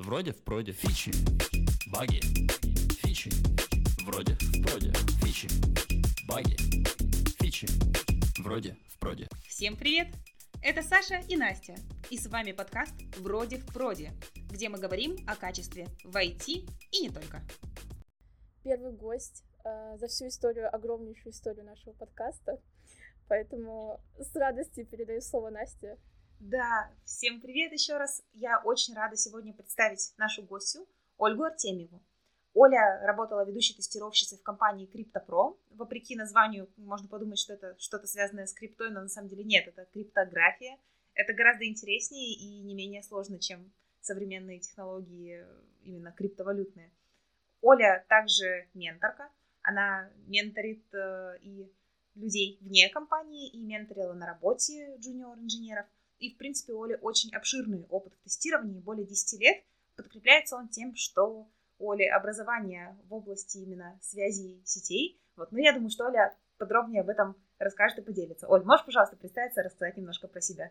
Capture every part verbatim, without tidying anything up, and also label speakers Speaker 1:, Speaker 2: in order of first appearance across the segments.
Speaker 1: вроде в проде, фичи, баги, фичи, вроде в проде, фичи, баги, фичи, вроде в проде.
Speaker 2: Всем привет! Это Саша и Настя, и с вами подкаст «Вроде в проде», где мы говорим о качестве в ай ти и не только.
Speaker 3: Первый гость э, за всю историю, огромнейшую историю нашего подкаста, поэтому с радостью передаю слово Насте.
Speaker 2: Да, всем привет еще раз. Я очень рада сегодня представить нашу гостью Ольгу Артемьеву. Оля работала ведущей тестировщицей в компании CryptoPro. Вопреки названию можно подумать, что это что-то связанное с криптой, но на самом деле нет, это криптография. Это гораздо интереснее и не менее сложно, чем современные технологии именно криптовалютные. Оля также менторка. Она менторит э, и людей вне компании, и менторила на работе джуниор-инженеров. И, в принципе, у Оли очень обширный опыт в тестировании, более десять лет. Подкрепляется он тем, что у Оли образование в области именно связи сетей. Вот. Но я думаю, что Оля подробнее об этом расскажет и поделится. Оль, можешь, пожалуйста, представиться, рассказать немножко про себя?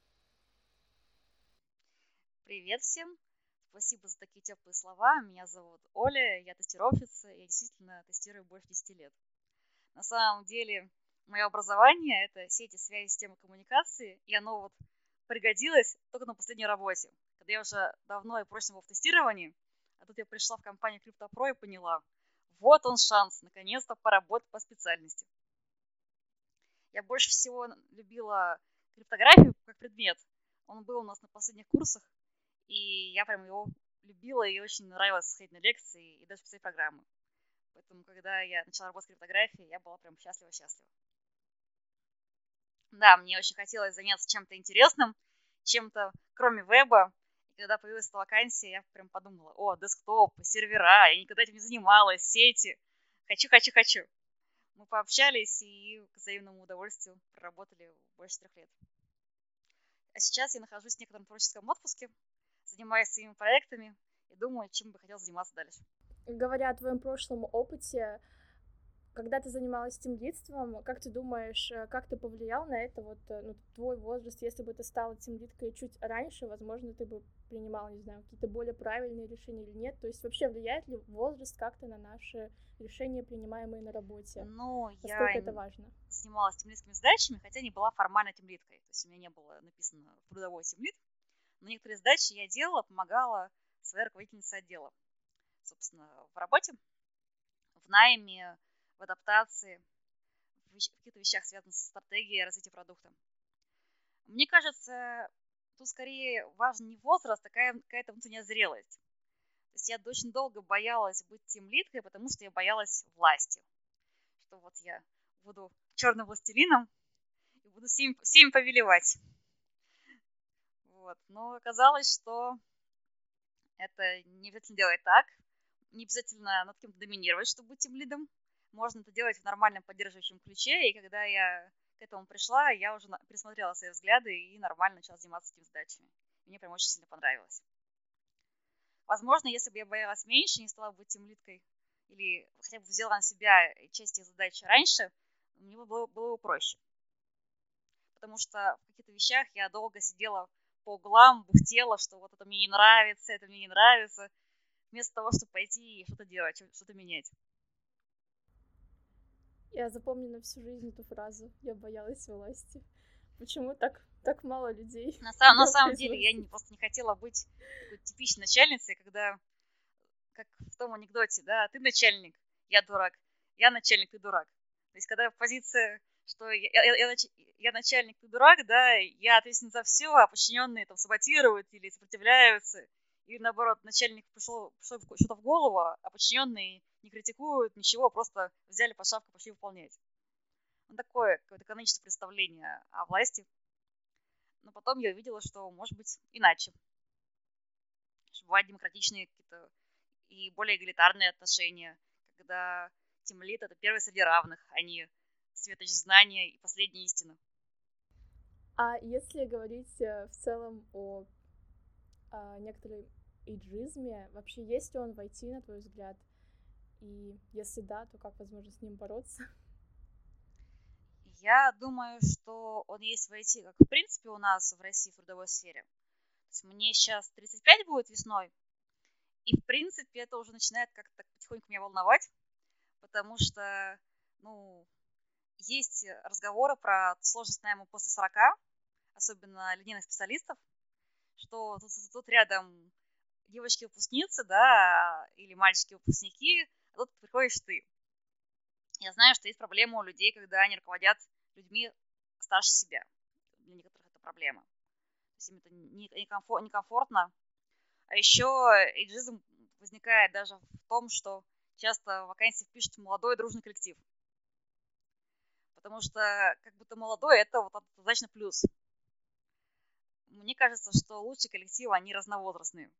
Speaker 4: Привет всем! Спасибо за такие теплые слова. Меня зовут Оля, я тестировщица, я действительно тестирую больше десяти лет. На самом деле, мое образование — это сети, связи, системы коммуникации, и оно вот пригодилось только на последней работе, когда я уже давно и прочно была в тестировании, а тут я пришла в компанию CryptoPro и поняла, вот он шанс, наконец-то поработать по специальности. Я больше всего любила криптографию как предмет. Он был у нас на последних курсах, и я прям его любила, и очень нравилось ходить на лекции и даже писать программы. Поэтому, когда я начала работать с криптографией, я была прям счастлива-счастлива. Да, мне очень хотелось заняться чем-то интересным, чем-то кроме веба. И когда появилась эта вакансия, я прям подумала, о, десктоп, сервера, я никогда этим не занималась, сети. Хочу, хочу, хочу. Мы пообщались и к взаимному удовольствию проработали больше трех лет. А сейчас я нахожусь в некотором творческом отпуске, занимаюсь своими проектами и думаю, чем бы хотела заниматься дальше.
Speaker 3: Говоря о твоем прошлом опыте, когда ты занималась тимлидством, как ты думаешь, как ты повлиял на это вот, ну, твой возраст? Если бы ты стала тимлидкой чуть раньше, возможно, ты бы принимала, не знаю, какие-то более правильные решения или нет. То есть вообще влияет ли возраст как-то на наши решения, принимаемые на работе?
Speaker 4: Ну,
Speaker 3: Насколько
Speaker 4: я
Speaker 3: это важно?
Speaker 4: занималась тимлидскими задачами, хотя не была формально тимлидкой. То есть у меня не было написано в трудовой тимлид. Но некоторые задачи я делала, помогала своей руководительнице отдела. Собственно, в работе, в найме, в адаптации, в, вещ- в каких-то вещах, связанных со стратегией развития продукта. Мне кажется, тут скорее важен не возраст, а какая- какая-то внутренняя зрелость. То есть я очень долго боялась быть тимлидкой, потому что я боялась власти. Что вот я буду черным властелином и буду всеми, всеми повелевать. Вот. Но оказалось, что это не обязательно делать так. Не обязательно над кем-то доминировать, чтобы быть тимлидом. Можно это делать в нормальном поддерживающем ключе. И когда я к этому пришла, я уже пересмотрела свои взгляды и нормально начала заниматься этими задачами. Мне прям очень сильно понравилось. Возможно, если бы я боялась меньше, не стала быть тимлидкой, или хотя бы взяла на себя часть этих задач раньше, мне бы было, было бы проще. Потому что в каких-то вещах я долго сидела по углам, бухтела, что вот это мне не нравится, это мне не нравится, вместо того, чтобы пойти и что-то делать, что-то менять.
Speaker 3: Я запомню на всю жизнь эту фразу. Я боялась власти. Почему так, так мало людей?
Speaker 4: На, сам, на самом деле я не, просто не хотела быть такой типичной начальницей, когда, как в том анекдоте, да, ты начальник, я дурак, я начальник, ты дурак. То есть когда позиция, что я, я, я, я начальник, ты дурак, да, я ответственен за все, а подчиненные там саботируют или сопротивляются, или наоборот, начальник пришел, пришел что-то в голову, а подчиненные не критикуют, ничего, просто взяли по шапке, пошли выполнять. Ну, такое какое-то каноническое представление о власти. Но потом я увидела, что может быть иначе. Что бывают демократичные какие-то и более эгалитарные отношения, когда тимлид — это первый среди равных, а не светоч знания и последняя истина.
Speaker 3: А если говорить э, в целом о, о некоторой эйджизме, вообще есть ли он в ай ти, на твой взгляд? И если да, то как возможно с ним бороться?
Speaker 4: Я думаю, что он есть в ай ти, как в принципе у нас в России в трудовой сфере. То есть мне сейчас тридцать пять будет весной, И, в принципе, это уже начинает как-то потихоньку меня волновать, потому что, ну, есть разговоры про сложность найма после сорока, особенно линейных специалистов, что тут, тут рядом девочки-выпускницы, да, или мальчики-выпускники, а тут приходишь ты. Я знаю, что есть проблема у людей, когда они руководят людьми старше себя. Для некоторых это проблема. То есть им это некомфортно. А еще эйджизм возникает даже в том, что часто в вакансиях пишут молодой дружный коллектив. Потому что как будто молодой – это вот однозначно плюс. Мне кажется, что лучшие коллективы, они разновозрастные.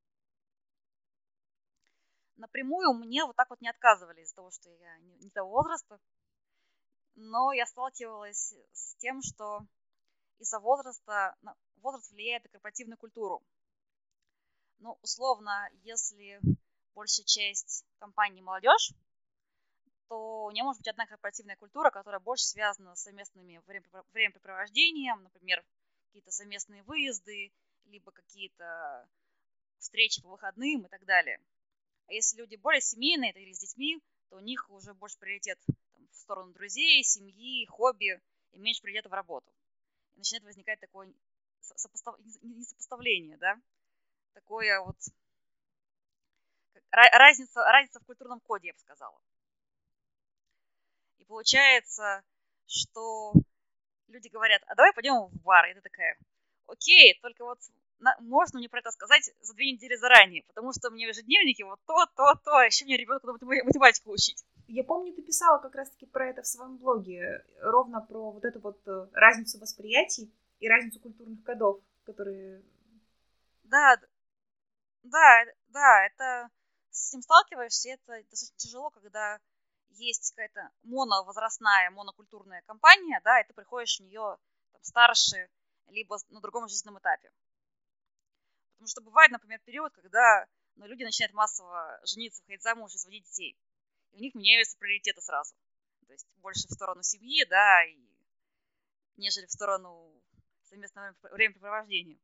Speaker 4: Напрямую мне вот так вот не отказывали из-за того, что я не того возраста. Но я сталкивалась с тем, что из-за возраста, возраст влияет на корпоративную культуру. Ну, условно, если большая часть компании молодежь, то у нее может быть одна корпоративная культура, которая больше связана с совместными времяпрепровождением, например, какие-то совместные выезды, либо какие-то встречи по выходным и так далее. А если люди более семейные или с детьми, то у них уже больше приоритет там, в сторону друзей, семьи, хобби и меньше приоритета в работу. И начинает возникать такое сопостав... несопоставление, да? Такое вот разница, разница в культурном коде, я бы сказала. И получается, что люди говорят, а давай пойдем в бар. И ты такая, окей, только вот на, можно мне про это сказать за две недели заранее, потому что мне в ежедневнике вот то, то, то, а еще мне ребенку надо математику учить.
Speaker 2: Я помню, ты писала как раз-таки про это в своем блоге, ровно про вот эту вот разницу восприятий и разницу культурных кодов, которые...
Speaker 4: Да, да, да, это с этим сталкиваешься, и это достаточно тяжело, когда есть какая-то моновозрастная, монокультурная компания, да, и ты приходишь в нее там, старше, либо на другом жизненном этапе. Потому что бывает, например, период, когда ну, люди начинают массово жениться, выходить замуж и сводить детей. И у них меняются приоритеты сразу. То есть больше в сторону семьи, да, и нежели в сторону совместного времяпрепровождения.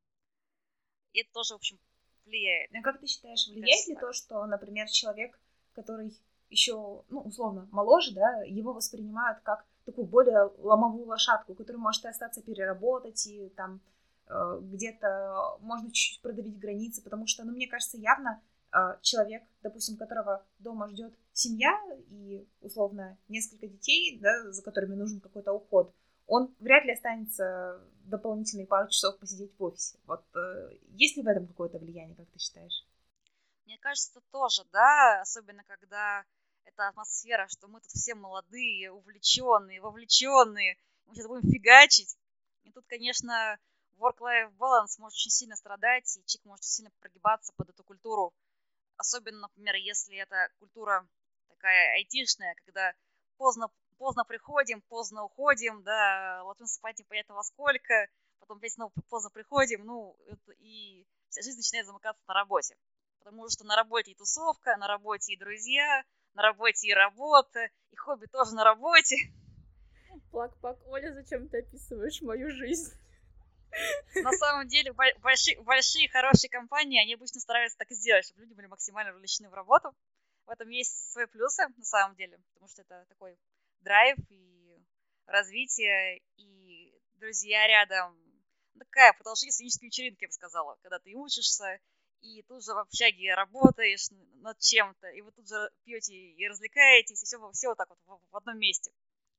Speaker 4: И это тоже, в общем, влияет.
Speaker 2: А как ты считаешь, влияет ли то, что, например, человек, который еще, ну, условно, моложе, да, его воспринимают как такую более ломовую лошадку, которую может и остаться переработать, и там э, где-то можно чуть-чуть продавить границы, потому что, ну, мне кажется, явно э, человек, допустим, которого дома ждет семья и, условно, несколько детей, да, за которыми нужен какой-то уход, он вряд ли останется дополнительные пару часов посидеть в офисе. Вот э, есть ли в этом какое-то влияние, как ты считаешь?
Speaker 4: Мне кажется, тоже, да, особенно когда эта атмосфера, что мы тут все молодые, увлеченные, вовлеченные, мы сейчас будем фигачить. И тут, конечно, work-life balance может очень сильно страдать, и человек может сильно прогибаться под эту культуру. Особенно, например, если это культура такая айтишная, когда поздно, поздно приходим, поздно уходим, да, ложимся спать непонятно во сколько, потом опять снова поздно приходим, ну, это, и вся жизнь начинает замыкаться на работе. Потому что на работе и тусовка, на работе и друзья, на работе и работа, и хобби тоже на работе.
Speaker 3: Плак-пак, Оля, зачем ты описываешь мою жизнь?
Speaker 4: На самом деле, большие, большие хорошие компании, они обычно стараются так и сделать, чтобы люди были максимально вовлечены в работу. В этом есть свои плюсы, на самом деле, потому что это такой драйв и развитие, и друзья рядом. Такая продолжительность студенческой вечеринки, я бы сказала, когда ты учишься, и тут же в общаге работаешь над чем-то, и вы тут же пьете и развлекаетесь, и все, все вот так вот в, в одном месте.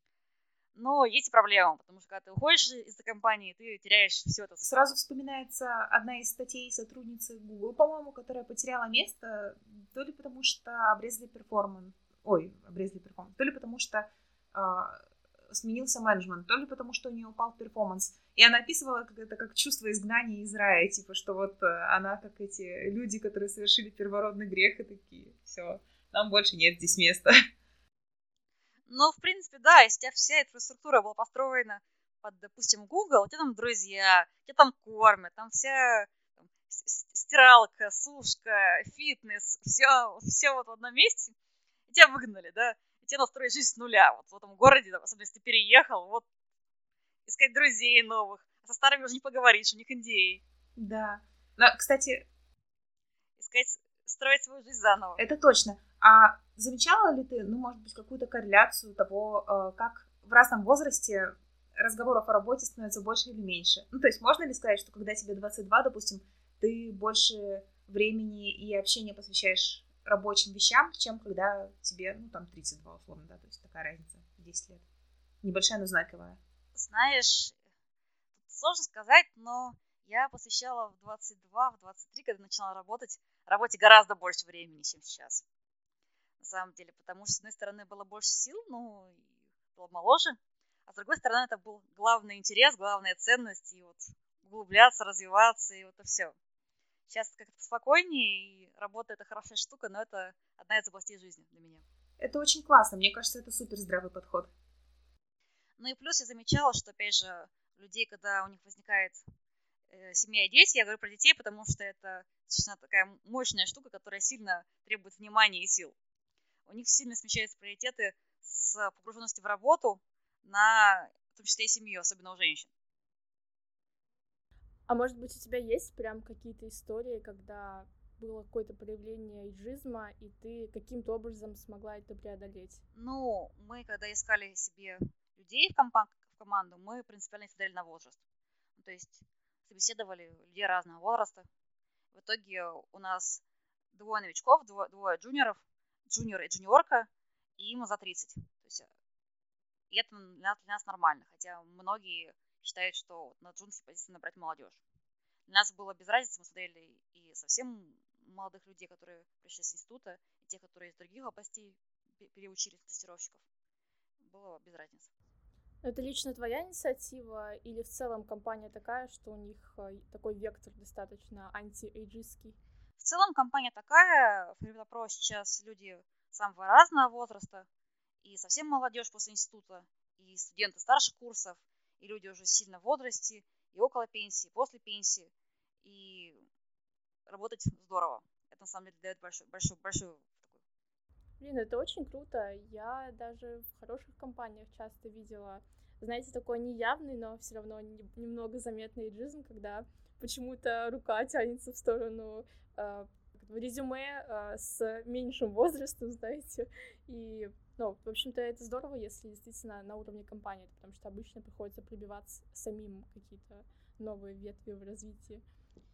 Speaker 4: Но есть и проблема, потому что когда ты уходишь из этой компании, ты теряешь все это.
Speaker 2: Сразу вспоминается одна из статей сотрудницы Google, по-моему, которая потеряла место, то ли потому что обрезали перформанс, ой, обрезали перформанс, то ли потому что э, сменился менеджмент, то ли потому что у нее упал перформанс. И она описывала как это как чувство изгнания из рая, типа, что вот она как эти люди, которые совершили первородный грех, и такие, все, нам больше нет здесь места.
Speaker 4: Ну, в принципе, да, если у тебя вся инфраструктура была построена под, допустим, Google, у тебя там друзья, тебя там кормят, там вся там, стиралка, сушка, фитнес, все, все вот в одном месте, и тебя выгнали, да, и тебе настроить жизнь с нуля, вот в этом городе, особенно если ты переехал, вот, искать друзей новых, со старыми уже не поговоришь, у них эн ди эй.
Speaker 2: Да, но, кстати...
Speaker 4: Искать строить свою жизнь заново.
Speaker 2: Это точно. А замечала ли ты, ну, может быть, какую-то корреляцию того, как в разном возрасте разговоров о работе становится больше или меньше? Ну, то есть можно ли сказать, что когда тебе двадцать два, допустим, ты больше времени и общения посвящаешь рабочим вещам, чем когда тебе, ну, там, тридцать два, условно, да, то есть такая разница, десять лет. Небольшая, но знаковая.
Speaker 4: Знаешь, сложно сказать, но я посвящала в двадцать два, в двадцать три, когда начала работать, работе гораздо больше времени, чем сейчас. На самом деле, потому что, с одной стороны, было больше сил, ну, и была моложе, а с другой стороны, это был главный интерес, главная ценность, и вот углубляться, развиваться, и вот это все. Сейчас как-то спокойнее, и работа — это хорошая штука, но это одна из областей жизни для меня.
Speaker 2: Это очень классно, мне кажется, это супер здравый подход.
Speaker 4: Ну и плюс я замечала, что, опять же, людей, когда у них возникает э, семья и дети, я говорю про детей, потому что это достаточно такая мощная штука, которая сильно требует внимания и сил. У них сильно смещаются приоритеты с погруженности в работу на, в том числе и семью, особенно у женщин.
Speaker 3: А может быть, у тебя есть прям какие-то истории, когда было какое-то проявление эйджизма, и ты каким-то образом смогла это преодолеть?
Speaker 4: Ну, мы, когда искали себе людей в, компа- в команду, мы принципиально смотрели на возраст. Ну, то есть собеседовали людей разного возраста. В итоге у нас двое новичков, двое, двое джуниоров, джуниор и джуниорка, и им за тридцать. То есть, и это для нас, для нас нормально, хотя многие считают, что на джунской позиции набрать молодежь. Для нас было без разницы, мы смотрели и совсем молодых людей, которые пришли с института, и те, которые из других областей переучились тестировщиков. Было без разницы.
Speaker 3: Это лично твоя инициатива или в целом компания такая, что у них такой вектор достаточно анти-эйджистский?
Speaker 4: В целом компания такая. В Крипто.Про сейчас люди самого разного возраста, и совсем молодежь после института, и студенты старших курсов, и люди уже сильно в возрасте, и около пенсии, и после пенсии. И работать здорово. Это на самом деле дает большой, большой, большой такой.
Speaker 3: Блин, это очень круто. Я даже в хороших компаниях часто видела, знаете, такой неявный, но все равно немного заметный эйджизм, когда почему-то рука тянется в сторону э, резюме э, с меньшим возрастом, знаете. И, ну, в общем-то, это здорово, если действительно на уровне компании, потому что обычно приходится пробиваться самим какие-то новые ветви в развитии.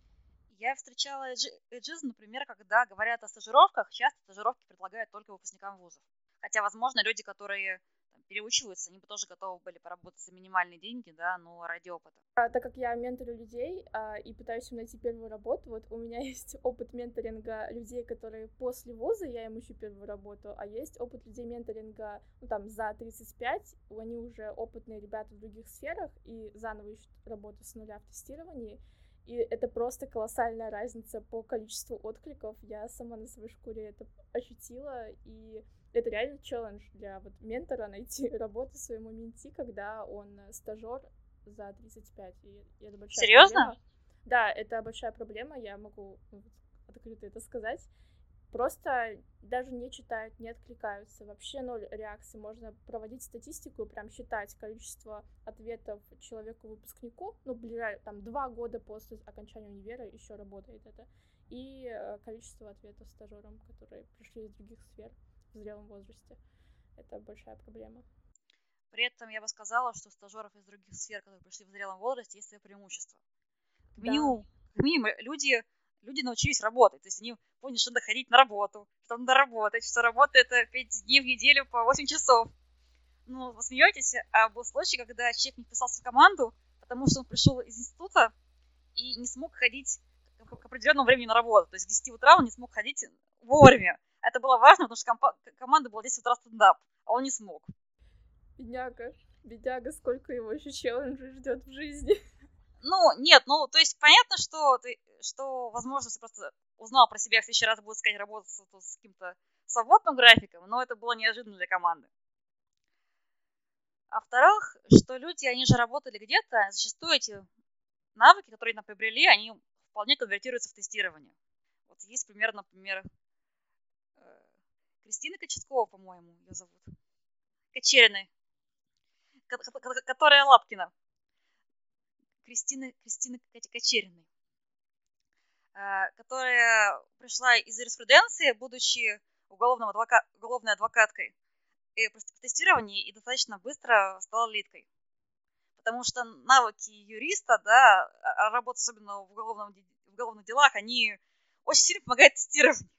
Speaker 4: Я встречала эйджизм, например, когда говорят о стажировках, часто стажировки предлагают только выпускникам вузов. Хотя, возможно, люди, которые там переучиваются, они бы тоже готовы были поработать за минимальные деньги, да, но ради опыта.
Speaker 3: А, так как я менторю людей а, и пытаюсь им найти первую работу, вот у меня есть опыт менторинга людей, которые после вуза, я им ищу первую работу, а есть опыт людей менторинга, ну, там, за тридцать пять, они уже опытные ребята в других сферах и заново ищут работу с нуля в тестировании. И это просто колоссальная разница по количеству откликов. Я сама на своей шкуре это ощутила, и это реально челлендж для вот ментора найти работу своему менти, когда он стажер за тридцать пять. И это большая
Speaker 4: Серьезно?
Speaker 3: проблема. Да, это большая проблема, я могу ну, открыто это сказать. Просто даже не читают, не откликаются. Вообще ноль реакций. Можно проводить статистику и прям считать количество ответов человеку-выпускнику. Ну, ближайшие там два года после окончания универа еще работает это. И количество ответов стажерам, которые пришли из других сфер в зрелом возрасте. Это большая проблема.
Speaker 4: При этом я бы сказала, что у стажеров из других сфер, которые пришли в зрелом возрасте, есть свои преимущества. К минимуму, да. К минимуму люди, люди научились работать. То есть они поняли, что надо ходить на работу, что надо работать, что работа — это пять дней в неделю по восемь часов. Ну, вы смеетесь, а был случай, когда человек не вписался в команду, потому что он пришел из института и не смог ходить к определенному времени на работу. То есть к десяти утра он не смог ходить вовремя. Это было важно, потому что комп- команда была в десять утра стендап, а он не смог.
Speaker 3: Бедняга, бедняга, сколько его еще челленджей ждет в жизни.
Speaker 4: Ну, нет, ну, то есть понятно, что, ты, что возможно, ты просто узнал про себя, в следующий раз будет искать работу с, с каким-то свободным графиком, но это было неожиданно для команды. А во-вторых, что люди, они же работали где-то, зачастую эти навыки, которые нам приобрели, они вполне конвертируются в тестирование. Вот есть пример, например, Кристина Кочеткова, по-моему, ее зовут, Кочериной, которая Лапкина. Кристина, Кристина Кочериной. которая пришла из юриспруденции, будучи уголовным адвока... уголовной адвокаткой, и в тестировании и достаточно быстро стала лидкой. Потому что навыки юриста, да, работа особенно в, уголовном, в уголовных делах, они очень сильно помогают тестированию.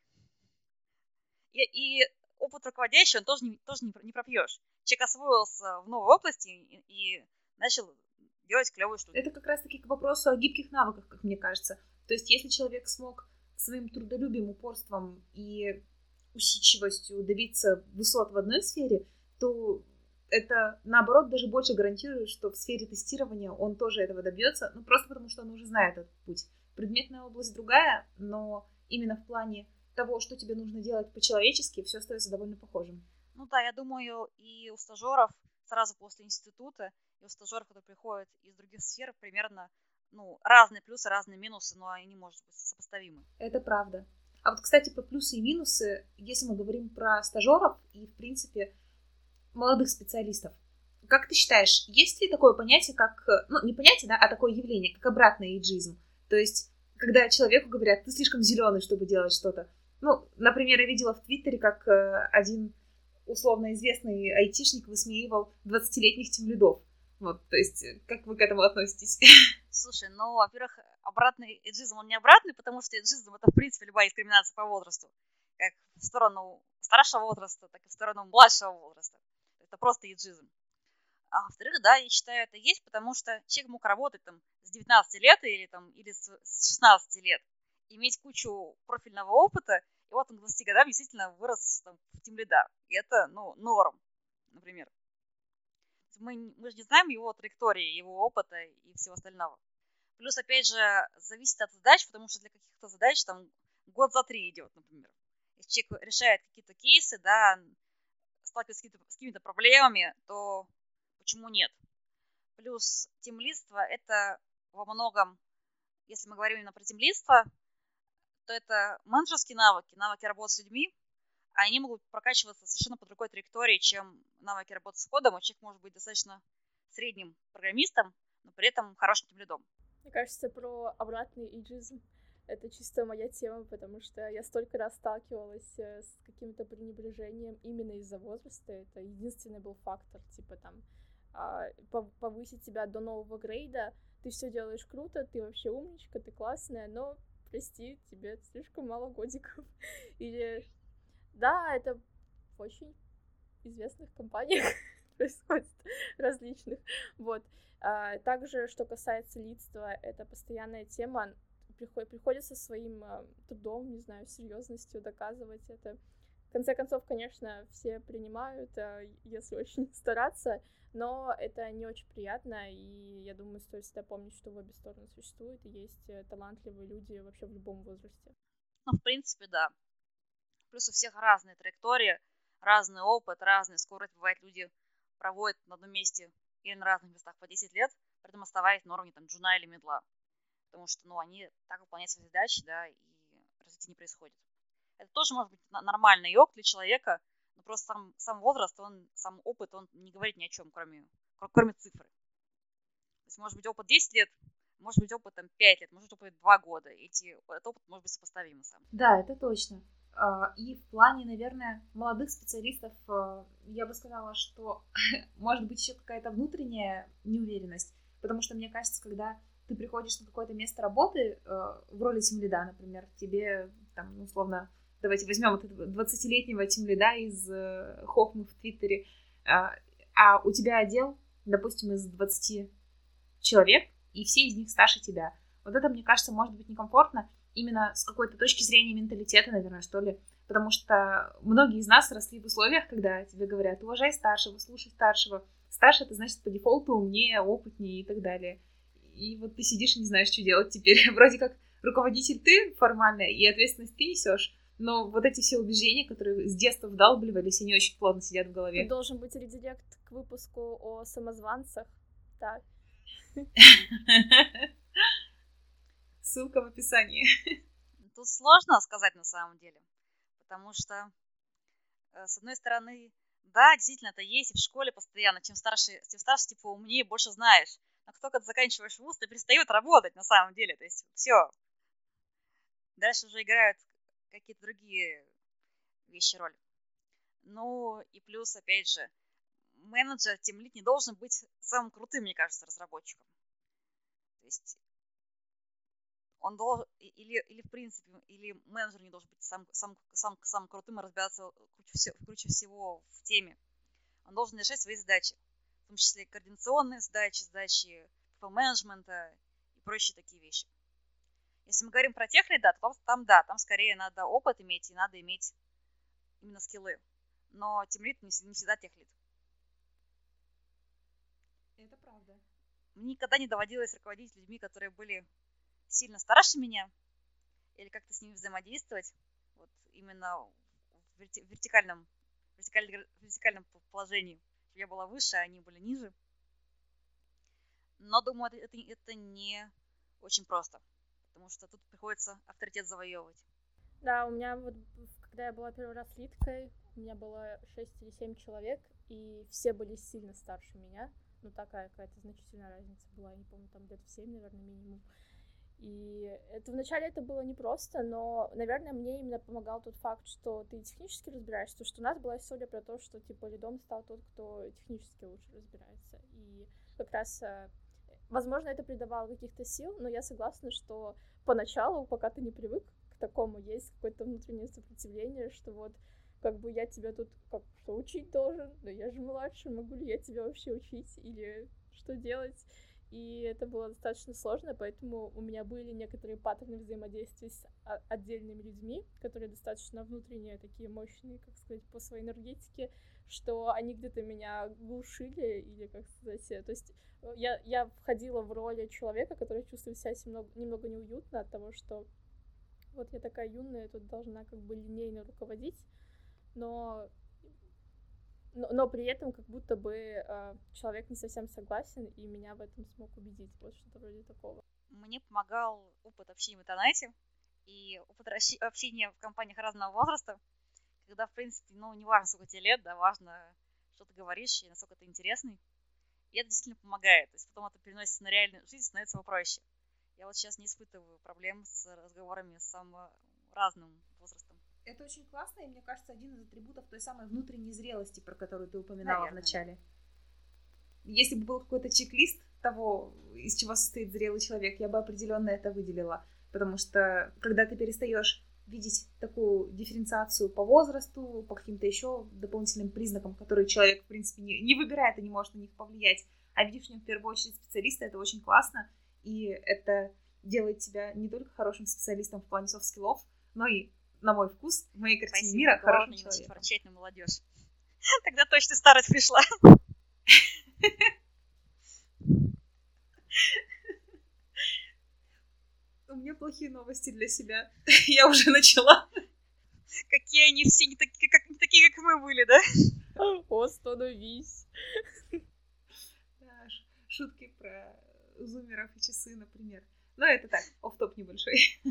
Speaker 4: И, и опыт руководящий, он тоже не, тоже не, не пропьешь. Человек освоился в новой области и, и начал делать клевую штуку.
Speaker 2: Это как раз-таки к вопросу о гибких навыках, как мне кажется. То есть если человек смог своим трудолюбием, упорством и усидчивостью добиться высот в одной сфере, то это, наоборот, даже больше гарантирует, что в сфере тестирования он тоже этого добьется, ну, просто потому что он уже знает этот путь. Предметная область другая, но именно в плане того, что тебе нужно делать по-человечески, все остается довольно похожим.
Speaker 4: Ну да, я думаю, и у стажеров сразу после института, и у стажеров, которые приходят из других сфер, примерно ну, разные плюсы, разные минусы, но они, может быть, сопоставимы.
Speaker 2: Это правда. А вот, кстати, про плюсы и минусы, если мы говорим про стажеров и, в принципе, молодых специалистов, как ты считаешь, есть ли такое понятие, как, ну, не понятие, да, а такое явление, как обратный эйджизм? То есть, когда человеку говорят, ты слишком зеленый, чтобы делать что-то. Ну, например, я видела в Твиттере, как один условно известный айтишник высмеивал двадцатилетних тимлидов. Вот, то есть, как вы к этому относитесь?
Speaker 4: Слушай, ну, во-первых, обратный эйджизм, он не обратный, потому что эйджизм — это, в принципе, любая дискриминация по возрасту. Как в сторону старшего возраста, так и в сторону младшего возраста. Это просто эйджизм. А во-вторых, да, я считаю, это есть, потому что человек мог работать там с девятнадцати лет или, там, или с шестнадцати лет, иметь кучу профильного опыта, и вот он к двадцати годам действительно вырос там, в тимлида. И это, ну, норм, например. Мы, мы же не знаем его траектории, его опыта и всего остального. Плюс, опять же, зависит от задач, потому что для каких-то задач там год за три идет, например. Если человек решает какие-то кейсы, да, сталкивается с какими-то, с какими-то проблемами, то почему нет? Плюс тимлидство — это во многом, если мы говорим именно про тимлидство, то это менеджерские навыки, навыки работы с людьми, а они могут прокачиваться совершенно по другой траектории, чем навыки работы с кодом. И человек может быть достаточно средним программистом, но при этом хорошим тимлидом.
Speaker 3: Мне кажется, про обратный эйджизм — это чисто моя тема, потому что я столько раз сталкивалась с каким-то пренебрежением именно из-за возраста. Это единственный был фактор, типа там повысить тебя до нового грейда. Ты все делаешь круто, ты вообще умничка, ты классная, но, прости, тебе слишком мало годиков. Или... Да, это в очень известных компаниях происходит, различных. Вот. А, также, что касается лидства, это постоянная тема. Приход, приходится своим а, трудом, не знаю, серьезностью доказывать это. В конце концов, конечно, все принимают, а, если очень стараться, но это не очень приятно, и я думаю, стоит всегда помнить, что в обе стороны существует, и есть талантливые люди вообще в любом возрасте.
Speaker 4: Ну, в принципе, да. Плюс у всех разные траектории, разный опыт, разная скорость. Бывает, люди проводят на одном месте или на разных местах по десять лет, при этом оставаясь на уровне там, джуна или медла. Потому что ну, они так выполняют свои задачи, да, и развитие не происходит. Это тоже может быть нормальный опыт для человека, но просто сам, сам возраст, он, сам опыт, он не говорит ни о чем, кроме, кроме цифры. То есть может быть опыт десять лет, может быть опыт там, пять лет, может быть опыт два года. Эти, этот опыт может быть сопоставим сам.
Speaker 2: Да, это точно. И в плане, наверное, молодых специалистов я бы сказала, что может быть еще какая-то внутренняя неуверенность, потому что мне кажется, когда ты приходишь на какое-то место работы в роли тимлида, например, тебе, там, условно, давайте возьмем вот этого двадцатилетнего тимлида из Хохмы в Твиттере, а у тебя отдел, допустим, из двадцати человек, и все из них старше тебя. Вот это, мне кажется, может быть некомфортно, именно с какой-то точки зрения менталитета, наверное, что ли. Потому что многие из нас росли в условиях, когда тебе говорят, уважай старшего, слушай старшего. Старше — это значит по дефолту умнее, опытнее и так далее. И вот ты сидишь и не знаешь, что делать теперь. Вроде как руководитель ты формально, и ответственность ты несешь, но вот эти все убеждения, которые с детства вдалбливались, они очень плотно сидят в голове.
Speaker 3: Тут должен быть редирект к выпуску о самозванцах. Так.
Speaker 2: Ссылка в описании.
Speaker 4: Тут сложно сказать на самом деле, потому что, с одной стороны, да, действительно это есть и в школе постоянно. Чем старше, тем старше, типа, умнее, больше знаешь. Но как только ты заканчиваешь вуз, ты перестаешь работать на самом деле. То есть все. Дальше уже играют какие-то другие вещи роль. Ну и плюс, опять же, менеджер, тимлид не должен быть самым крутым, мне кажется, разработчиком. То есть он должен, или, или в принципе, или менеджер не должен быть сам, сам, сам, самым крутым и разбираться круче, круче всего в теме. Он должен решать свои задачи, в том числе координационные задачи, задачи people-менеджмента и прочие такие вещи. Если мы говорим про техлида, то там, да, там скорее надо опыт иметь и надо иметь именно скиллы. Но тимлид не всегда техлид.
Speaker 2: Это правда.
Speaker 4: Мне никогда не доводилось руководить людьми, которые были сильно старше меня, или как-то с ними взаимодействовать, вот именно в вертикальном, вертикальном, вертикальном положении. Я была выше, а они были ниже. Но, думаю, это, это не очень просто, потому что тут приходится авторитет завоевывать.
Speaker 3: Да, у меня вот, когда я была первый раз лидкой, у меня было шесть или семь человек, и все были сильно старше меня. Ну, такая какая-то значительная разница была, я не помню, там лет в семь, наверное, минимум. И это вначале это было непросто, но, наверное, мне именно помогал тот факт, что ты технически разбираешься, что у нас была история про то, что, типа, лидом стал тот, кто технически лучше разбирается. И как раз, возможно, это придавало каких-то сил, но я согласна, что поначалу, пока ты не привык к такому, есть какое-то внутреннее сопротивление, что вот как бы я тебя тут как что учить должен, да я же младше, могу ли я тебя вообще учить или что делать? И это было достаточно сложно, поэтому у меня были некоторые паттерны взаимодействия с отдельными людьми, которые достаточно внутренние, такие мощные, как сказать, по своей энергетике, что они где-то меня глушили, или, как сказать, то есть я, я входила в роль человека, который чувствует себя немного, немного неуютно от того, что вот я такая юная, тут должна как бы линейно руководить, но... Но, но при этом как будто бы э, человек не совсем согласен, и меня в этом смог убедить. Вот что-то вроде такого.
Speaker 4: Мне помогал опыт общения в интернете и опыт общения в компаниях разного возраста, когда, в принципе, ну, не важно, сколько тебе лет, да, важно, что ты говоришь и насколько ты интересный. И это действительно помогает. То есть потом это переносится на реальную жизнь, становится попроще. Я вот сейчас не испытываю проблем с разговорами с самым разным возрастом.
Speaker 2: Это очень классно, и мне кажется, один из атрибутов той самой внутренней зрелости, про которую ты упоминала Наверное. в начале. Если бы был какой-то чек-лист того, из чего состоит зрелый человек, я бы определенно это выделила. Потому что, когда ты перестаешь видеть такую дифференциацию по возрасту, по каким-то еще дополнительным признакам, которые человек, в принципе, не, не выбирает и не может на них повлиять, а видишь в нем в первую очередь специалиста, это очень классно. И это делает тебя не только хорошим специалистом в плане софт-скиллов, но и на мой вкус, в моей картине Спасибо, мира, хорошим человеком.
Speaker 4: Ворчать на молодежь. Тогда точно старость пришла.
Speaker 2: У меня плохие новости для себя. Я уже начала.
Speaker 4: Какие они все не такие, как, не такие, как мы были, да?
Speaker 3: Остановись.
Speaker 2: Да, шутки про зумеров и часы, например. Но это так, офф-топ небольшой.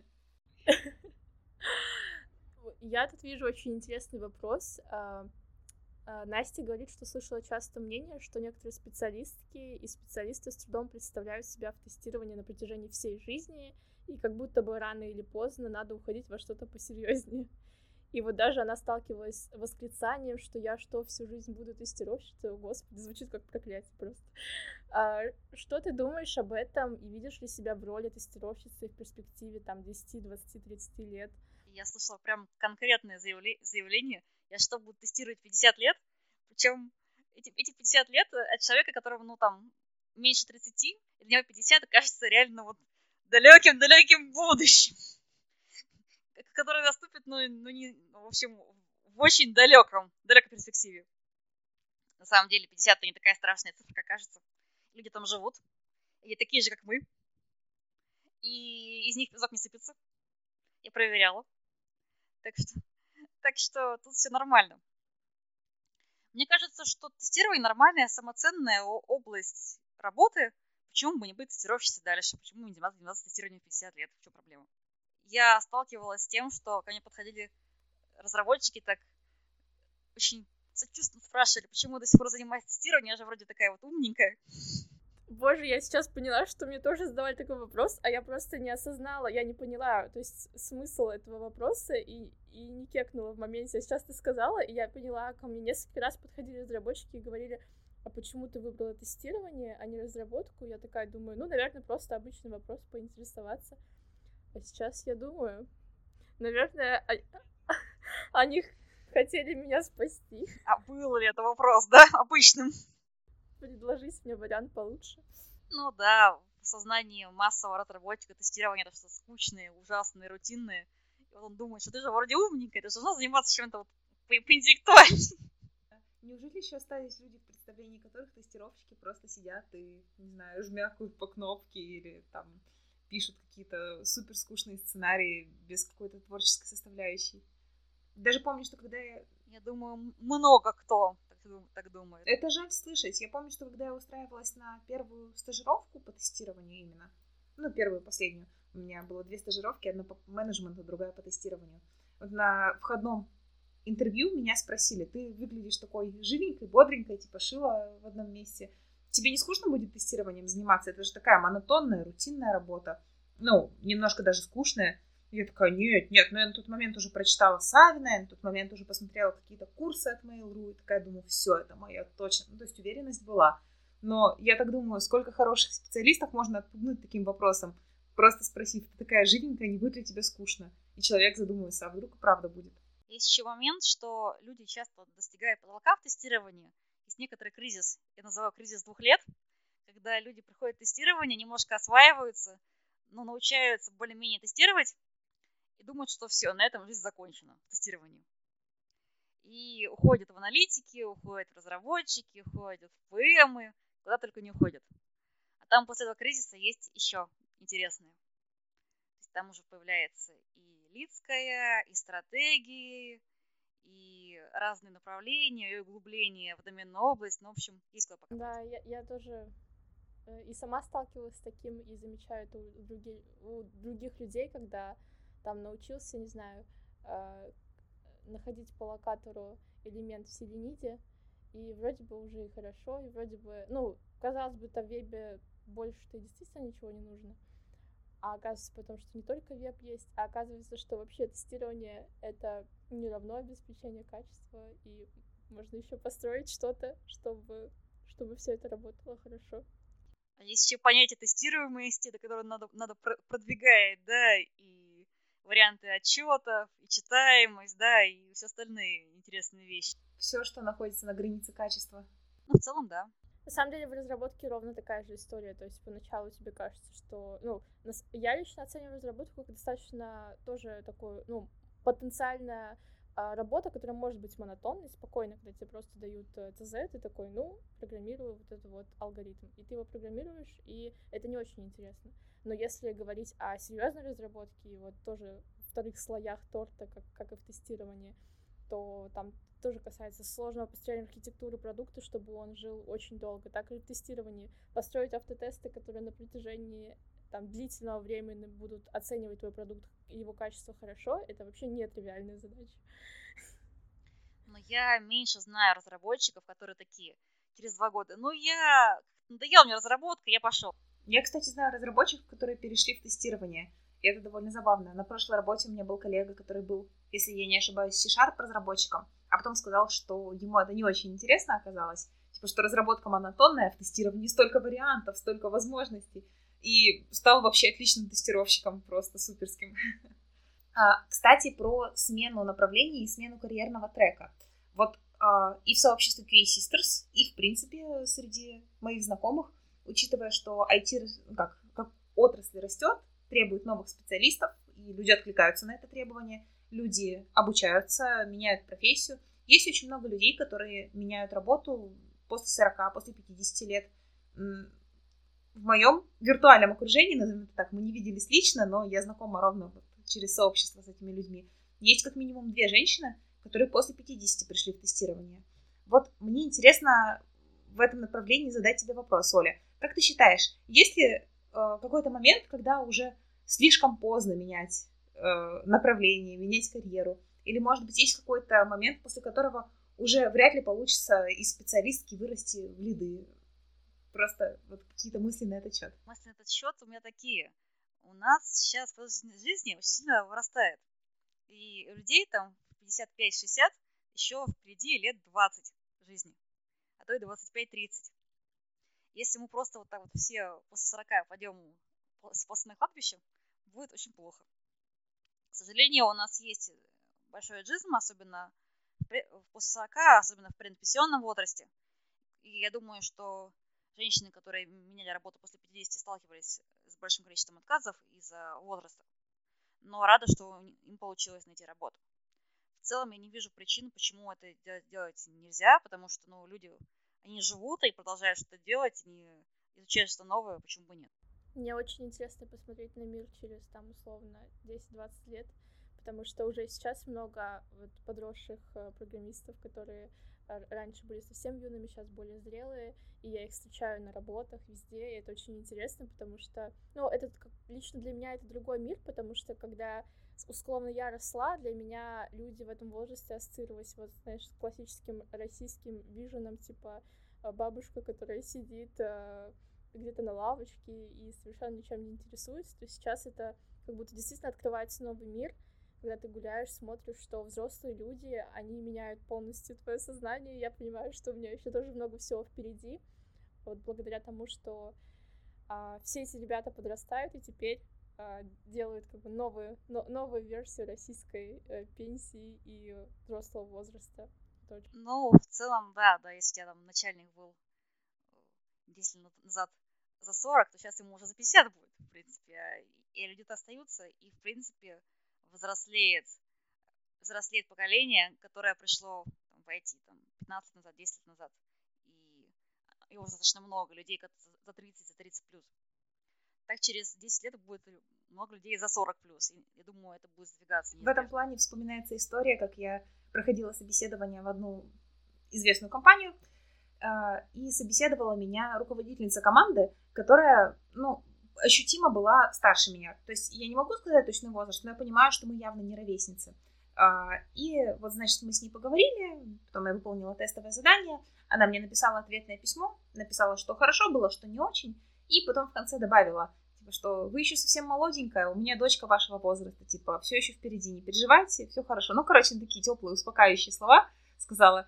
Speaker 3: Я тут вижу очень интересный вопрос. Настя говорит, что слышала часто мнение, что некоторые специалистки и специалисты с трудом представляют себя в тестировании на протяжении всей жизни, и как будто бы рано или поздно надо уходить во что-то посерьезнее. И вот даже она сталкивалась с восклицанием, что я что, всю жизнь буду тестировщицей? О, Господи, звучит как проклятие просто. А, что ты думаешь об этом, и видишь ли себя в роли тестировщицы в перспективе там десять, двадцать, тридцать лет?
Speaker 4: Я слышала прям конкретное заявление. Я что, буду тестировать пятьдесят лет? Причем эти, эти пятьдесят лет от человека, которого, ну, там, меньше тридцати, для него пятьдесят, кажется реально вот далеким-далеким будущим, который наступит, ну, ну, не, в общем, в очень далеком, далекой перспективе. На самом деле пятьдесят это не такая страшная цифра, как кажется. Люди там живут, и такие же, как мы. И из них песок не сыпется. Я проверяла. Так что, так что тут все нормально. Мне кажется, что тестирование нормальная, самоценная область работы. Почему бы не быть тестировщицей дальше? Почему не заниматься тестированием в пятьдесят лет? В чем проблема? Я сталкивалась с тем, что ко мне подходили разработчики так очень сочувственно спрашивали, почему я до сих пор занимаюсь тестированием, я же вроде такая вот умненькая.
Speaker 3: Боже, я сейчас поняла, что мне тоже задавали такой вопрос, а я просто не осознала, я не поняла, то есть смысл этого вопроса и, и не кекнула в моменте. А сейчас ты сказала, и я поняла, ко мне несколько раз подходили разработчики и говорили, а почему ты выбрала тестирование, а не разработку? Я такая думаю, ну, наверное, просто обычный вопрос, поинтересоваться. А сейчас я думаю, наверное, они хотели меня спасти.
Speaker 4: А был ли это вопрос, да, обычным?
Speaker 3: Предложить мне вариант получше.
Speaker 4: Ну да, в сознании массового разработчика тестирование это что-то скучное, ужасное, рутинное. И вот он думает, что ты же вроде умненькая, ты же должна заниматься чем-то вот поинтеллектуальнее.
Speaker 2: Неужели еще остались люди, в представлении которых тестировщики просто сидят и, не знаю, жмякают по кнопке или там пишут какие-то супер скучные сценарии без какой-то творческой составляющей? Даже помню, что когда я...
Speaker 4: Я думаю, много кто так думает.
Speaker 2: Это жаль слышать. Я помню, что когда я устраивалась на первую стажировку по тестированию именно, ну, первую и последнюю, у меня было две стажировки, одна по менеджменту, другая по тестированию. Вот на входном интервью меня спросили, ты выглядишь такой живенькой, бодренькой, типа шила в одном месте. Тебе не скучно будет тестированием заниматься? Это же такая монотонная, рутинная работа. Ну, немножко даже скучная. Я такая, нет, нет, но я на тот момент уже прочитала Савина, я на тот момент уже посмотрела какие-то курсы от Mail.ru, и такая думаю, все, это моя точно. Ну, то есть уверенность была. Но я так думаю, сколько хороших специалистов можно отпугнуть таким вопросом, просто спросив, ты такая живенькая, не будет ли тебе скучно? И человек задумывается, а вдруг и правда будет.
Speaker 4: Есть еще момент, что люди часто достигают потолка в тестировании. Есть некоторый кризис, я называю кризис двух лет, когда люди приходят в тестирование, немножко осваиваются, но научаются более-менее тестировать, и думают, что все, на этом жизнь закончена, тестированием. И уходят в аналитики, уходят в разработчики, уходят в пи эмы, куда только не уходят. А там после этого кризиса есть еще интересное. То есть там уже появляется и лидская, и стратегии, и разные направления, и углубления в доменную область. Ну, в общем, есть куда покопать.
Speaker 3: Да, я, я тоже и сама сталкивалась с таким, и замечаю это у других, у других людей, когда там научился, не знаю, э, находить по локатору элемент в селениде, и вроде бы уже и хорошо, и вроде бы, ну, казалось бы, там в вебе больше-то действительно ничего не нужно, а оказывается потому, что не только веб есть, а оказывается, что вообще тестирование — это не равно обеспечение качества, и можно еще построить что-то, чтобы, чтобы все это работало хорошо.
Speaker 4: Есть еще понятие тестируемости, до которого надо, надо продвигать, да, и варианты отчетов, и читаемость, да, и все остальные интересные вещи.
Speaker 2: Все, что находится на границе качества.
Speaker 4: Ну, в целом, да.
Speaker 3: На самом деле в разработке ровно такая же история, то есть поначалу тебе кажется, что, ну, я лично оцениваю разработку как достаточно тоже такую, ну, потенциальная а, работа, которая может быть монотонной, спокойно, когда тебе просто дают ТЗ, ты такой, ну, программирую вот этот вот алгоритм, и ты его программируешь, и это не очень интересно. Но если говорить о серьезной разработке, и вот тоже вторых слоях торта, как, как и в тестировании, то там тоже касается сложного построения архитектуры продукта, чтобы он жил очень долго. Так и в тестировании. Построить автотесты, которые на протяжении там, длительного времени будут оценивать твой продукт и его качество хорошо, это вообще не тривиальная задача.
Speaker 4: Но я меньше знаю разработчиков, которые такие через два года. Ну, я... Надоела мне разработка, я пошел.
Speaker 2: Я, кстати, знаю разработчиков, которые перешли в тестирование. И это довольно забавно. На прошлой работе у меня был коллега, который был, если я не ошибаюсь, C-Sharp разработчиком, а потом сказал, что ему это не очень интересно оказалось. Типа, что разработка монотонная, в тестировании столько вариантов, столько возможностей. И стал вообще отличным тестировщиком, просто суперским. А, кстати, про смену направлений и смену карьерного трека. Вот а, и в сообществе кью эй Sisters, и в принципе среди моих знакомых, учитывая, что ай ти как, как отрасль растет, требует новых специалистов, и люди откликаются на это требование, люди обучаются, меняют профессию. Есть очень много людей, которые меняют работу после сорока, после пятидесяти лет. В моем виртуальном окружении, назовем это так, мы не виделись лично, но я знакома ровно вот через сообщество с этими людьми. Есть как минимум две женщины, которые после пятидесяти пришли в тестирование. Вот мне интересно в этом направлении задать тебе вопрос, Оля. Как ты считаешь, есть ли э, какой-то момент, когда уже слишком поздно менять э, направление, менять карьеру? Или, может быть, есть какой-то момент, после которого уже вряд ли получится из специалистки вырасти в лиды? Просто вот какие-то мысли на этот счет.
Speaker 4: Мысли на этот счет у меня такие. У нас сейчас продолжительность жизни очень сильно вырастает. И у людей там пятьдесят пять шестьдесят еще впереди лет двадцать жизни, а то и двадцать пять тридцать. Если мы просто вот так вот все после сорока пойдем после на кладбище, будет очень плохо. К сожалению, у нас есть большой эйджизм, особенно после сорока, особенно в предпенсионном возрасте. И я думаю, что женщины, которые меняли работу после пятидесяти, сталкивались с большим количеством отказов из-за возраста. Но рада, что им получилось найти работу. В целом я не вижу причин, почему это делать нельзя, потому что ну, люди, они живут и продолжают что-то делать, и изучают что-то новое, почему бы нет.
Speaker 3: Мне очень интересно посмотреть на мир через, там, условно, десять-двадцать лет, потому что уже сейчас много вот подросших программистов, которые раньше были совсем юными, сейчас более зрелые, и я их встречаю на работах везде, и это очень интересно, потому что, ну, это лично для меня это другой мир, потому что когда, условно, я росла, для меня люди в этом возрасте ассоциировались, вот, знаешь, с классическим российским виженом, типа бабушка, которая сидит где-то на лавочке и совершенно ничем не интересуется, то сейчас это как будто действительно открывается новый мир, когда ты гуляешь, смотришь, что взрослые люди, они меняют полностью твое сознание, я понимаю, что у меня еще тоже много всего впереди, вот благодаря тому, что а, все эти ребята подрастают и теперь а, делают как бы новую, но, новую версию российской а, пенсии и взрослого возраста.
Speaker 4: Ну, в целом, да, да, если у тебя там начальник был десять лет назад за сорок, то сейчас ему уже за пятьдесят будет, в принципе. И люди-то остаются, и, в принципе, взрослеет, взрослеет поколение, которое пришло там, в ай ти там, пятнадцать лет назад, десять лет назад. И его достаточно много, людей за тридцать, за тридцать плюс. Так через десять лет будет много людей за сорок плюс. И я думаю, это будет сдвигаться.
Speaker 2: В этом плане вспоминается история, как я проходила собеседование в одну известную компанию, и собеседовала меня руководительница команды, которая, ну, ощутимо была старше меня. То есть я не могу сказать точный возраст, но я понимаю, что мы явно не ровесницы. И вот, значит, мы с ней поговорили, потом я выполнила тестовое задание, она мне написала ответное письмо, написала, что хорошо было, что не очень, и потом в конце добавила, типа, что вы еще совсем молоденькая, у меня дочка вашего возраста, типа, все еще впереди, не переживайте, все хорошо. Ну, короче, такие теплые, успокаивающие слова сказала,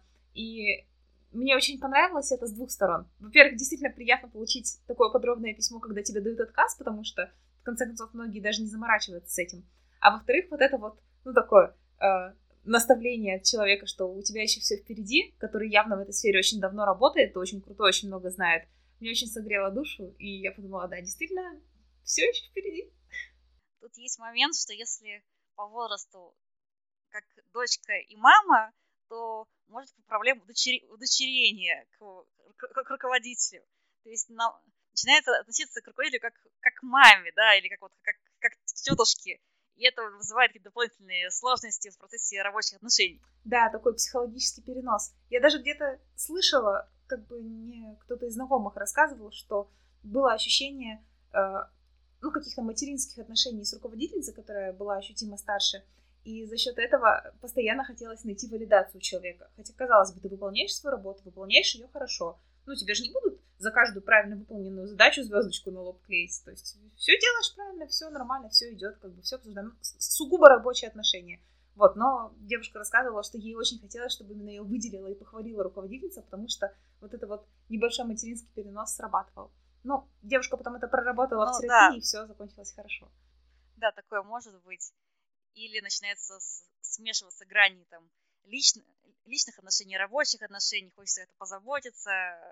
Speaker 2: и мне очень понравилось это с двух сторон. Во-первых, действительно приятно получить такое подробное письмо, когда тебе дают отказ, потому что, в конце концов, многие даже не заморачиваются с этим. А во-вторых, вот это вот, ну, такое э, наставление от человека, что у тебя еще все впереди, который явно в этой сфере очень давно работает, очень крутой, очень много знает. Мне очень согрело душу, и я подумала, да, действительно, все еще впереди.
Speaker 4: Тут есть момент, что если по возрасту как дочка и мама, то может быть проблема удочер... удочерения к... К... к руководителю. То есть на... начинает относиться к руководителю как, как к маме, да, или как, вот, как, как тетушке. И это вызывает какие-то дополнительные сложности в процессе рабочих отношений.
Speaker 2: Да, такой психологический перенос. Я даже где-то слышала, как бы мне кто-то из знакомых рассказывал, что было ощущение э, ну, каких-то материнских отношений с руководительницей, которая была ощутимо старше. И за счет этого постоянно хотелось найти валидацию человека. Хотя, казалось бы, ты выполняешь свою работу, выполняешь ее хорошо. Ну, тебе же не будут за каждую правильно выполненную задачу звездочку на лоб клеить. То есть все делаешь правильно, все нормально, все идет, как бы все обсуждаем. Сугубо рабочие отношения. Вот, но девушка рассказывала, что ей очень хотелось, чтобы именно ее выделила и похвалила руководительница, потому что вот это вот небольшой материнский перенос срабатывал. Ну, девушка потом это проработала ну, в терапии, да. И все закончилось хорошо.
Speaker 4: Да, такое может быть. Или начинается смешиваться грани там, лично, личных отношений, рабочих отношений, хочется это позаботиться,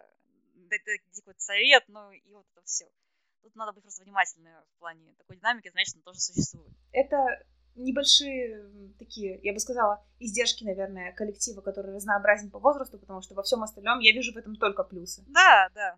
Speaker 4: дать какой-то совет, ну и вот это все. Тут надо быть просто внимательным в плане такой динамики, значит, она тоже существует.
Speaker 2: Это небольшие такие, я бы сказала, издержки, наверное, коллектива, который разнообразен по возрасту, потому что во всем остальном я вижу в этом только плюсы.
Speaker 4: Да, да.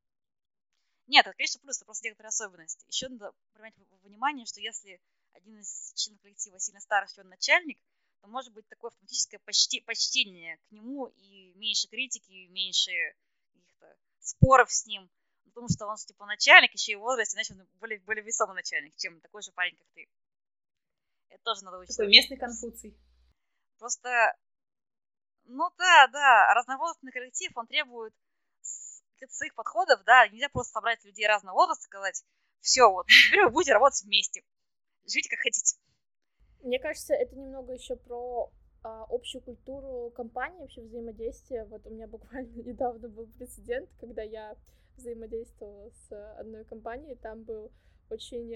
Speaker 4: Нет, это, конечно, плюсы, просто некоторые особенности. Еще надо принимать во внимание, что если один из членов коллектива сильно старше, чем начальник, то может быть такое автоматическое почти, почтение к нему и меньше критики, меньше каких-то споров с ним, потому что он типа начальник, еще и в возрасте, значит, он более, более весомый начальник, чем такой же парень, как ты. Это тоже надо учиться.
Speaker 2: Такой местный Конфуций.
Speaker 4: Просто, ну да, да, разновозрастный коллектив, он требует каких-то своих подходов, да, нельзя просто собрать людей разного возраста и сказать, все, вот, теперь вы будете работать вместе, живите как хотите.
Speaker 3: Мне кажется, это немного еще про а, общую культуру компании, вообще взаимодействия. Вот у меня буквально недавно был прецедент, когда я взаимодействовала с одной компанией, там был очень...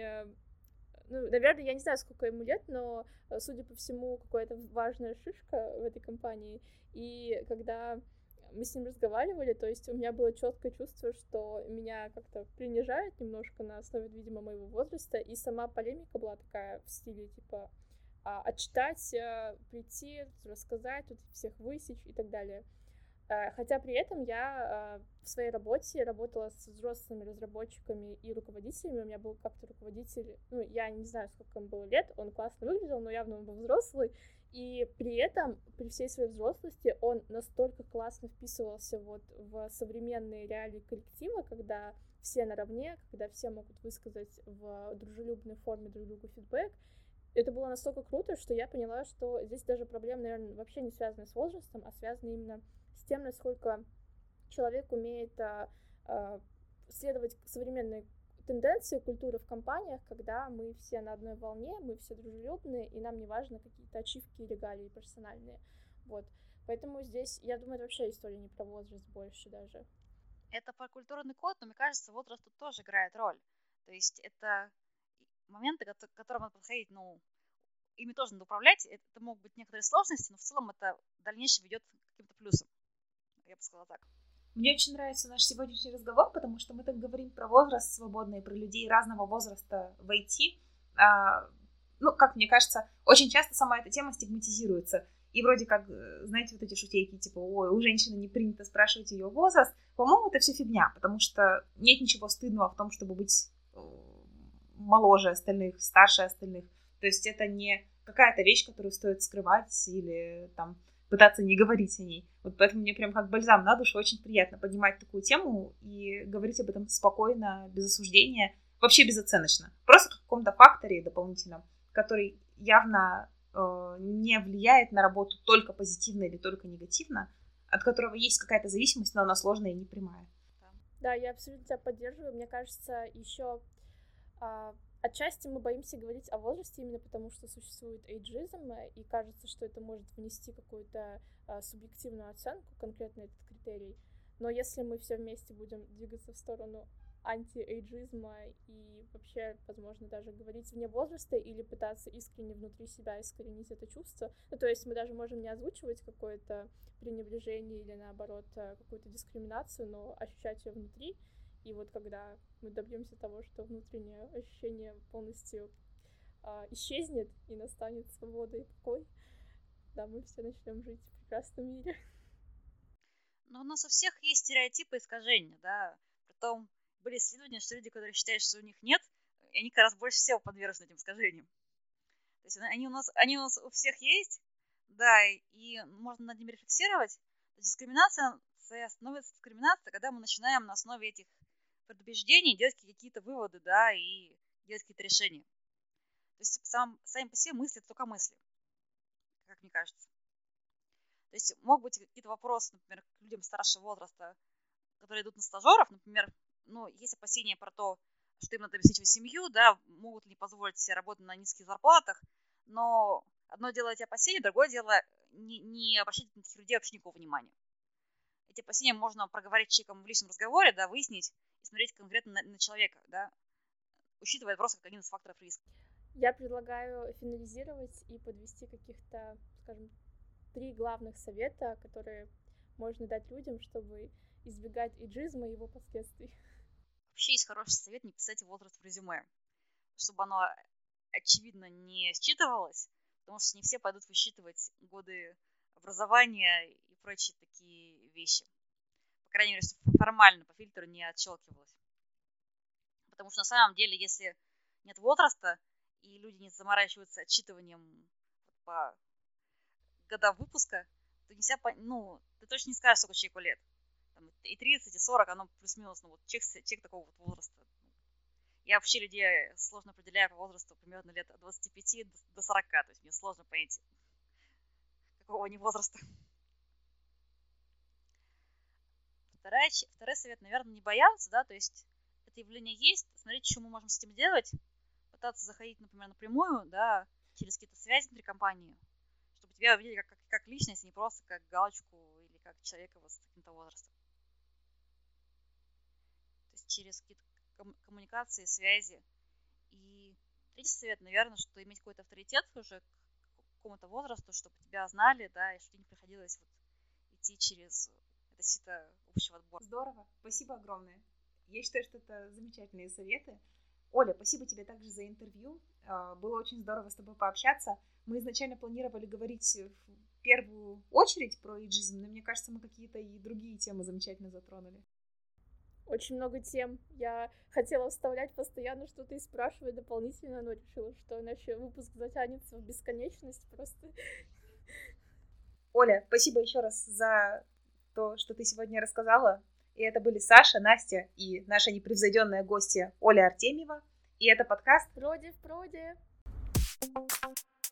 Speaker 3: Ну, наверное, я не знаю, сколько ему лет, но, судя по всему, какая-то важная шишка в этой компании. И когда мы с ним разговаривали, то есть у меня было четкое чувство, что меня как-то принижают немножко на основе, видимо, моего возраста. И сама полемика была такая в стиле, типа, отчитать, прийти, рассказать, тут всех высечь и так далее. Хотя при этом я в своей работе работала с взрослыми разработчиками и руководителями. У меня был как-то руководитель, ну, я не знаю, сколько ему было лет, он классно выглядел, но явно он был взрослый. И при этом, при всей своей взрослости, он настолько классно вписывался вот в современные реалии коллектива, когда все наравне, когда все могут высказать в дружелюбной форме друг другу фидбэк. Это было настолько круто, что я поняла, что здесь даже проблема, наверное, вообще не связана с возрастом, а связана именно с тем, насколько человек умеет а, а, следовать современной тенденции, культуры в компаниях, когда мы все на одной волне, мы все дружелюбные, и нам не важно какие-то ачивки и регалии персональные. Вот. Поэтому здесь, я думаю, это вообще история не про возраст больше даже.
Speaker 4: Это про культурный код, но мне кажется, возраст тут тоже играет роль. То есть это моменты, к которым надо подходить, ну, ими тоже надо управлять. Это могут быть некоторые сложности, но в целом это в дальнейшем ведет к каким-то плюсам. Я бы сказала так.
Speaker 2: Мне очень нравится наш сегодняшний разговор, потому что мы так говорим про возраст свободный, про людей разного возраста в ай ти. А, ну, как мне кажется, очень часто сама эта тема стигматизируется. И вроде как, знаете, вот эти шутейки, типа, ой, у женщины не принято спрашивать ее возраст. По-моему, это все фигня, потому что нет ничего стыдного в том, чтобы быть моложе остальных, старше остальных. То есть это не какая-то вещь, которую стоит скрывать или там пытаться не говорить о ней. Вот поэтому мне прям как бальзам на душу очень приятно поднимать такую тему и говорить об этом спокойно, без осуждения, вообще безоценочно. Просто как каком-то факторе дополнительном, который явно э, не влияет на работу только позитивно или только негативно, от которого есть какая-то зависимость, но она сложная и непрямая.
Speaker 3: Да, я абсолютно тебя поддерживаю. Мне кажется, еще а, отчасти мы боимся говорить о возрасте именно потому, что существует эйджизм, и кажется, что это может внести какую-то а, субъективную оценку, конкретно этот критерий. Но если мы все вместе будем двигаться в сторону анти-эйджизма и вообще, возможно, даже говорить вне возраста или пытаться искренне внутри себя искоренить это чувство, ну, то есть мы даже можем не озвучивать какое-то пренебрежение или, наоборот, какую-то дискриминацию, но ощущать ее внутри. И вот когда мы добьемся того, что внутреннее ощущение полностью а, исчезнет и настанет свобода и покой, да, мы все начнем жить в прекрасном мире.
Speaker 4: Но у нас у всех есть стереотипы и искажения, да. Притом были исследования, что люди, которые считают, что у них нет, они как раз больше всего подвержены этим искажениям. То есть они у нас, они у нас у всех есть, да, и можно над ними рефлексировать. Дискриминация становится дискриминацией, когда мы начинаем на основе этих предубеждений делать какие-то выводы, да, и делать какие-то решения. То есть сам, сами по себе мысли — это только мысли, как мне кажется. То есть могут быть какие-то вопросы, например, к людям старшего возраста, которые идут на стажеров, например, ну, есть опасения про то, что им надо обеспечивать семью, да, могут ли позволить себе работать на низких зарплатах, но одно дело эти опасения, другое дело не, не обращать на таких людей вообще никакого внимания. Эти опасения можно проговорить с человеком в личном разговоре, да, выяснить и смотреть конкретно на, на человека, да, учитывая просто как один из факторов риска.
Speaker 3: Я предлагаю финализировать и подвести каких-то, скажем, три главных совета, которые можно дать людям, чтобы избегать эйджизма и его последствий.
Speaker 4: Вообще есть хороший совет: не писать возраст в резюме, чтобы оно очевидно не считывалось, потому что не все пойдут высчитывать годы образования и прочие такие вещи. По крайней мере, чтобы формально по фильтру не отщелкивалось. Потому что на самом деле, если нет возраста и люди не заморачиваются отчитыванием по годам выпуска, то нельзя, ну, ты точно не скажешь, сколько человеку лет. Там и тридцать, и сорок, оно плюс-минус, ну, вот человек, человек такого вот возраста. Я вообще людей сложно определяю по возрасту примерно лет от двадцати пяти до сорока, то есть мне сложно понять, какого они возраста. Вторая, второй совет, наверное, не бояться, да, то есть это явление есть, смотреть, что мы можем с этим делать, пытаться заходить, например, напрямую, да, через какие-то связи внутри компании, чтобы тебя увидели как, как, как личность, а не просто как галочку или как человека вот с каким-то возрастом. То есть через какие-то ком- коммуникации, связи. И третий совет, наверное, что иметь какой-то авторитет уже к какому-то возрасту, чтобы тебя знали, да, и чтобы тебе не приходилось вот идти через это сито общего отбора.
Speaker 2: Здорово, спасибо огромное. Я считаю, что это замечательные советы. Оля, спасибо тебе также за интервью. Было очень здорово с тобой пообщаться. Мы изначально планировали говорить в первую очередь про эйджизм, но мне кажется, мы какие-то и другие темы замечательно затронули.
Speaker 3: Очень много тем. Я хотела вставлять постоянно что-то и спрашивать дополнительно, но решила, что иначе выпуск затянется в бесконечность просто.
Speaker 2: Оля, спасибо еще раз за то, что ты сегодня рассказала. И это были Саша, Настя и наша непревзойденная гостья Оля Артемьева. И это подкаст
Speaker 3: «Вроде в проде».